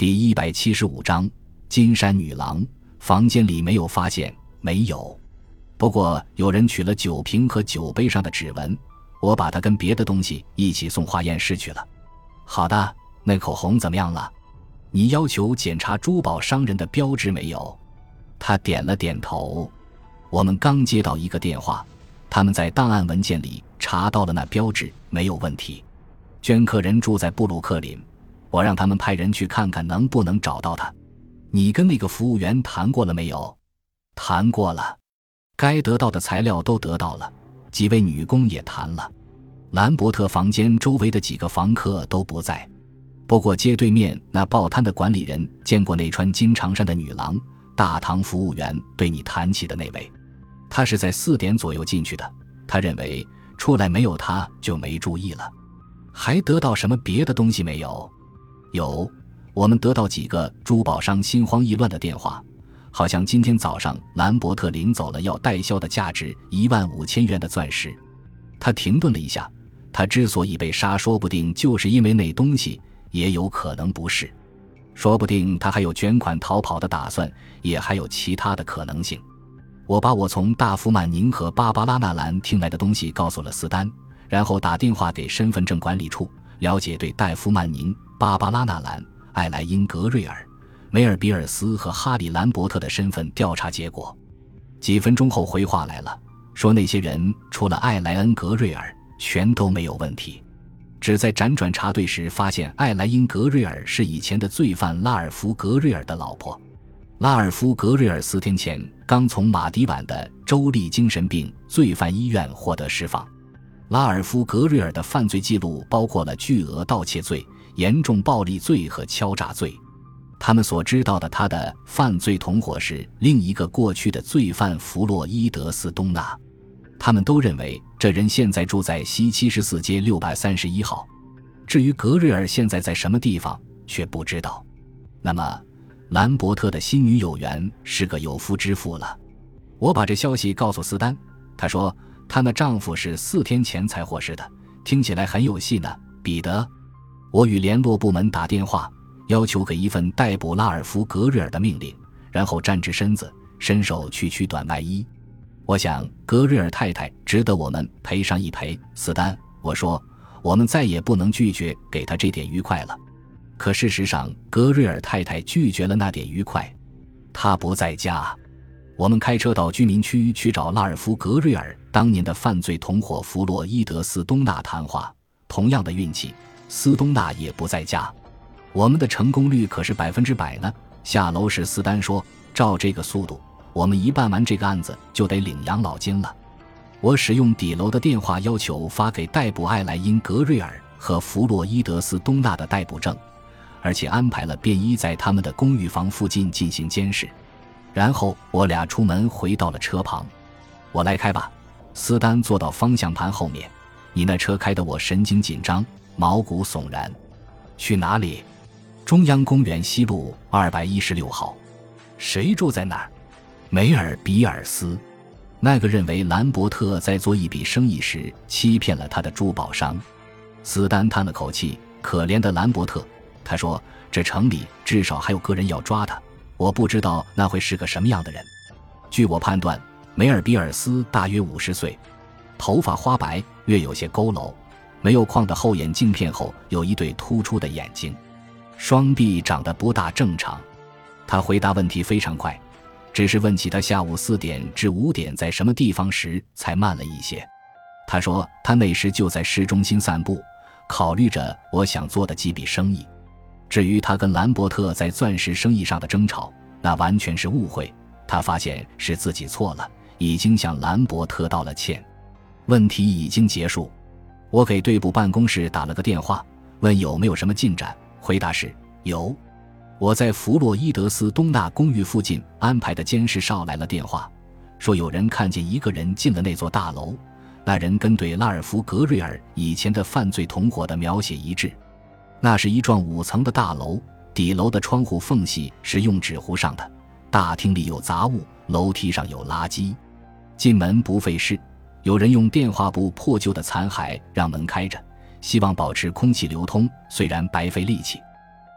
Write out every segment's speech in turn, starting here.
第175章金山女郎。房间里没有发现，没有。不过有人取了酒瓶和酒杯上的指纹，我把它跟别的东西一起送化验室去了。好的，那口红怎么样了？你要求检查珠宝商人的标志没有？他点了点头。我们刚接到一个电话，他们在档案文件里查到了那标志，没有问题。捐客人住在布鲁克林，我让他们派人去看看能不能找到他。你跟那个服务员谈过了没有？谈过了，该得到的材料都得到了，几位女工也谈了。兰伯特房间周围的几个房客都不在，不过街对面那报摊的管理人见过那穿金长衫的女郎，大堂服务员对你谈起的那位。他是在4点左右进去的，他认为出来没有他就没注意了。还得到什么别的东西没有？有，我们得到几个珠宝商心慌意乱的电话，好像今天早上兰伯特领走了要代销的价值15000元的钻石。他停顿了一下，他之所以被杀，说不定就是因为那东西，也有可能不是。说不定他还有卷款逃跑的打算，也还有其他的可能性。我把我从大夫曼宁和芭芭拉纳兰听来的东西告诉了斯丹，然后打电话给身份证管理处，了解对戴夫曼宁、芭芭拉纳兰、艾莱因·格瑞尔、梅尔比尔斯和哈里·兰伯特的身份调查结果。几分钟后回话来了，说那些人除了艾莱恩·格瑞尔全都没有问题，只在辗转查对时发现艾莱因·格瑞尔是以前的罪犯拉尔夫·格瑞尔的老婆。拉尔夫·格瑞尔4天前刚从马迪晚的州立精神病罪犯医院获得释放。拉尔夫·格瑞尔的犯罪记录包括了巨额盗窃罪、严重暴力罪和敲诈罪。他们所知道的他的犯罪同伙是另一个过去的罪犯弗洛伊德斯·东纳。他们都认为这人现在住在西74街631号。至于格瑞尔现在在什么地方，却不知道。那么兰伯特的新女友员是个有夫之妇了。我把这消息告诉斯丹，他说她那丈夫是4天前才获释的，听起来很有戏呢。彼得，我与联络部门打电话，要求给一份逮捕拉尔夫·格瑞尔的命令，然后站直身子，伸手去取短外衣。我想格瑞尔太太值得我们赔上一赔。斯丹，我说我们再也不能拒绝给她这点愉快了。可事实上格瑞尔太太拒绝了那点愉快，她不在家。我们开车到居民区去找拉尔夫·格瑞尔当年的犯罪同伙弗洛伊德斯·东纳谈话，同样的运气，斯东纳也不在家。我们的成功率可是100%呢。下楼时斯丹说，照这个速度，我们一办完这个案子就得领养老金了。我使用底楼的电话要求发给逮捕艾莱因·格瑞尔和弗洛伊德斯·东纳的逮捕证，而且安排了便衣在他们的公寓房附近进行监视。然后我俩出门回到了车旁。我来开吧。斯丹坐到方向盘后面。你那车开得我神经紧张，毛骨悚然。去哪里？中央公园西路216号。谁住在那儿？梅尔比尔斯，那个认为兰伯特在做一笔生意时欺骗了他的珠宝商。斯丹叹了口气，可怜的兰伯特。他说这城里至少还有个人要抓他，我不知道那会是个什么样的人。据我判断，梅尔比尔斯大约50岁，头发花白，略有些佝偻，没有框的厚眼镜片后有一对突出的眼睛，双臂长得不大正常。他回答问题非常快，只是问起他下午4点至5点在什么地方时才慢了一些。他说他那时就在市中心散步，考虑着我想做的几笔生意。至于他跟兰伯特在钻石生意上的争吵，那完全是误会，他发现是自己错了，已经向兰伯特道了歉。问题已经结束。我给队部办公室打了个电话，问有没有什么进展，回答是有。我在弗洛伊德斯东纳公寓附近安排的监视哨来了电话，说有人看见一个人进了那座大楼，那人跟对拉尔夫·格瑞尔以前的犯罪同伙的描写一致。那是一幢5层的大楼，底楼的窗户缝隙是用纸糊上的，大厅里有杂物，楼梯上有垃圾。进门不费事，有人用电话簿破旧的残骸让门开着，希望保持空气流通，虽然白费力气。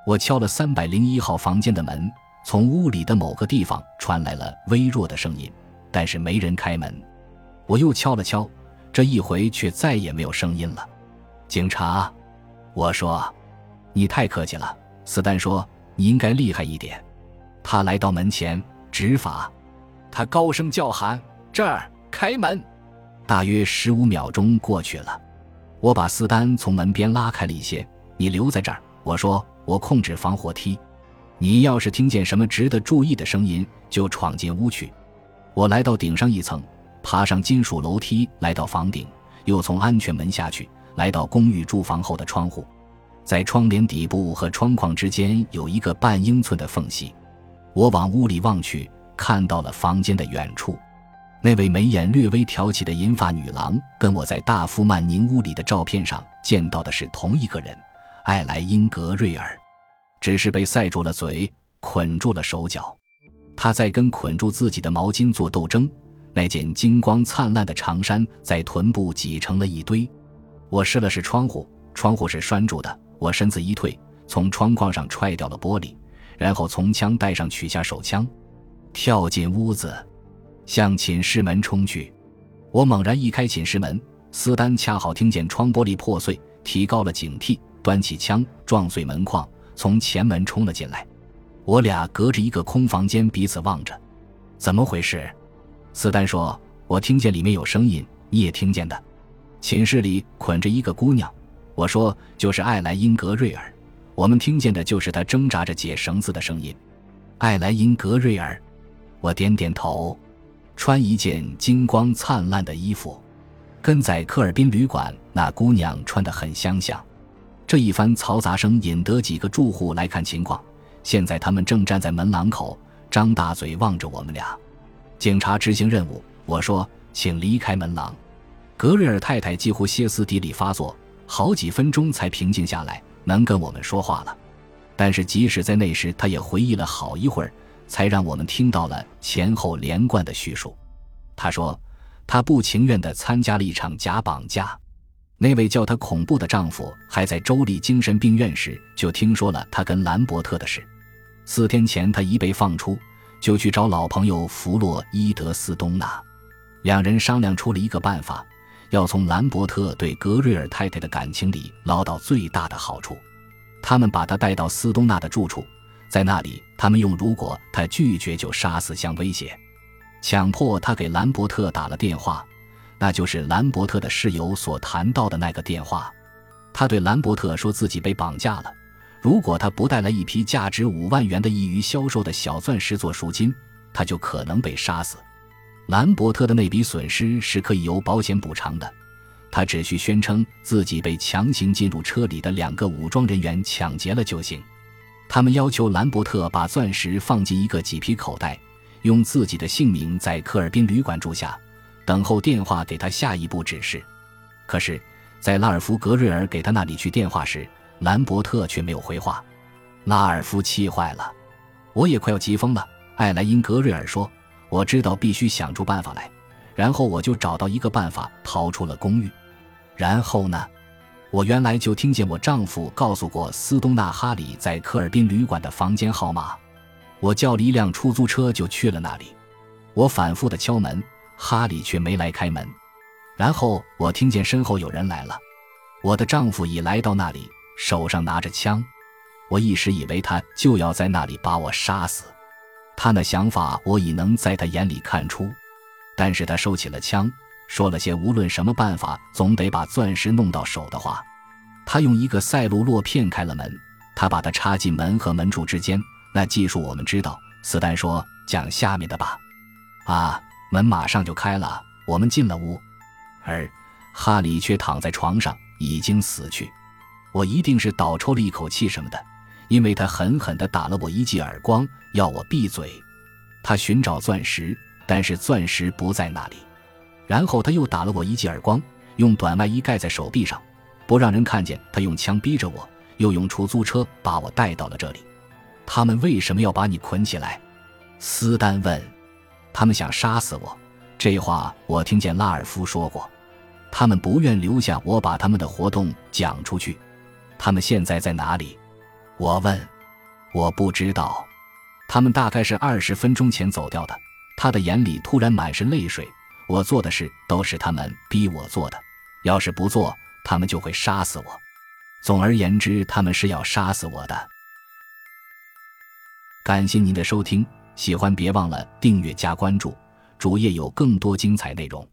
我敲了301号房间的门，从屋里的某个地方传来了微弱的声音，但是没人开门。我又敲了敲，这一回却再也没有声音了。警察，我说。你太客气了，斯丹说，你应该厉害一点。他来到门前，执法。他高声叫喊，这儿，开门。大约15秒钟过去了，我把斯丹从门边拉开了一些。你留在这儿，我说，我控制防火梯。你要是听见什么值得注意的声音，就闯进屋去。我来到顶上一层，爬上金属楼梯来到房顶，又从安全门下去，来到公寓住房后的窗户。在窗帘底部和窗框之间有一个半英寸的缝隙，我往屋里望去，看到了房间的远处，那位眉眼略微挑起的银发女郎跟我在大夫曼宁屋里的照片上见到的是同一个人，艾莱因·格瑞尔，只是被塞住了嘴，捆住了手脚。她在跟捆住自己的毛巾做斗争，那件金光灿烂的长衫在臀部挤成了一堆。我试了试窗户，窗户是拴住的，我身子一退，从窗框上踹掉了玻璃，然后从枪带上取下手枪，跳进屋子，向寝室门冲去。我猛然一开寝室门，斯丹恰好听见窗玻璃破碎，提高了警惕，端起枪撞碎门框，从前门冲了进来。我俩隔着一个空房间彼此望着。怎么回事？斯丹说，我听见里面有声音，你也听见的。寝室里捆着一个姑娘。我说，就是艾莱因·格瑞尔，我们听见的就是她挣扎着解绳子的声音。艾莱因·格瑞尔，我点点头，穿一件金光灿烂的衣服，跟在科尔宾旅馆那姑娘穿得很相像。这一番嘈杂声引得几个住户来看情况，现在他们正站在门廊口，张大嘴望着我们俩。警察执行任务，我说，请离开门廊。格瑞尔太太几乎歇斯底里发作，好几分钟才平静下来，能跟我们说话了。但是即使在那时，她也回忆了好一会儿，才让我们听到了前后连贯的叙述。她说，她不情愿地参加了一场假绑架。那位叫她恐怖的丈夫还在州立精神病院时就听说了她跟兰伯特的事。4天前她一被放出，就去找老朋友弗洛伊德斯东纳，两人商量出了一个办法，要从兰伯特对格瑞尔太太的感情里捞到最大的好处。他们把他带到斯东纳的住处，在那里他们用如果他拒绝就杀死相威胁，强迫他给兰伯特打了电话，那就是兰伯特的室友所谈到的那个电话。他对兰伯特说自己被绑架了，如果他不带来一批价值5万元的易于销售的小钻石做赎金，他就可能被杀死。兰伯特的那笔损失是可以由保险补偿的，他只需宣称自己被强行进入车里的2个武装人员抢劫了就行。他们要求兰伯特把钻石放进一个麂皮口袋，用自己的姓名在科尔宾旅馆住下，等候电话给他下一步指示。可是在拉尔夫·格瑞尔给他那里去电话时，兰伯特却没有回话。拉尔夫气坏了，我也快要急疯了。艾莱因·格瑞尔说，我知道必须想出办法来，然后我就找到一个办法逃出了公寓。然后呢？我原来就听见我丈夫告诉过斯东纳哈里在科尔宾旅馆的房间号码，我叫了一辆出租车就去了那里。我反复地敲门，哈里却没来开门。然后我听见身后有人来了，我的丈夫已来到那里，手上拿着枪。我一时以为他就要在那里把我杀死，他那想法我已能在他眼里看出。但是他收起了枪，说了些无论什么办法总得把钻石弄到手的话。他用一个赛璐珞片开了门，他把它插进门和门柱之间，那技术我们知道。斯丹说，讲下面的吧。门马上就开了，我们进了屋，而哈里却躺在床上已经死去。我一定是倒抽了一口气什么的，因为他狠狠地打了我一记耳光，要我闭嘴。他寻找钻石，但是钻石不在那里。然后他又打了我一记耳光，用短外衣盖在手臂上，不让人看见他用枪逼着我，又用出租车把我带到了这里。他们为什么要把你捆起来？斯丹问。他们想杀死我，这话我听见拉尔夫说过。他们不愿留下我把他们的活动讲出去。他们现在在哪里？我问。 我不知道，他们大概是20分钟前走掉的。他的眼里突然满是泪水。我做的事都是他们逼我做的，要是不做，他们就会杀死我。总而言之，他们是要杀死我的。感谢您的收听，喜欢别忘了订阅加关注，主页有更多精彩内容。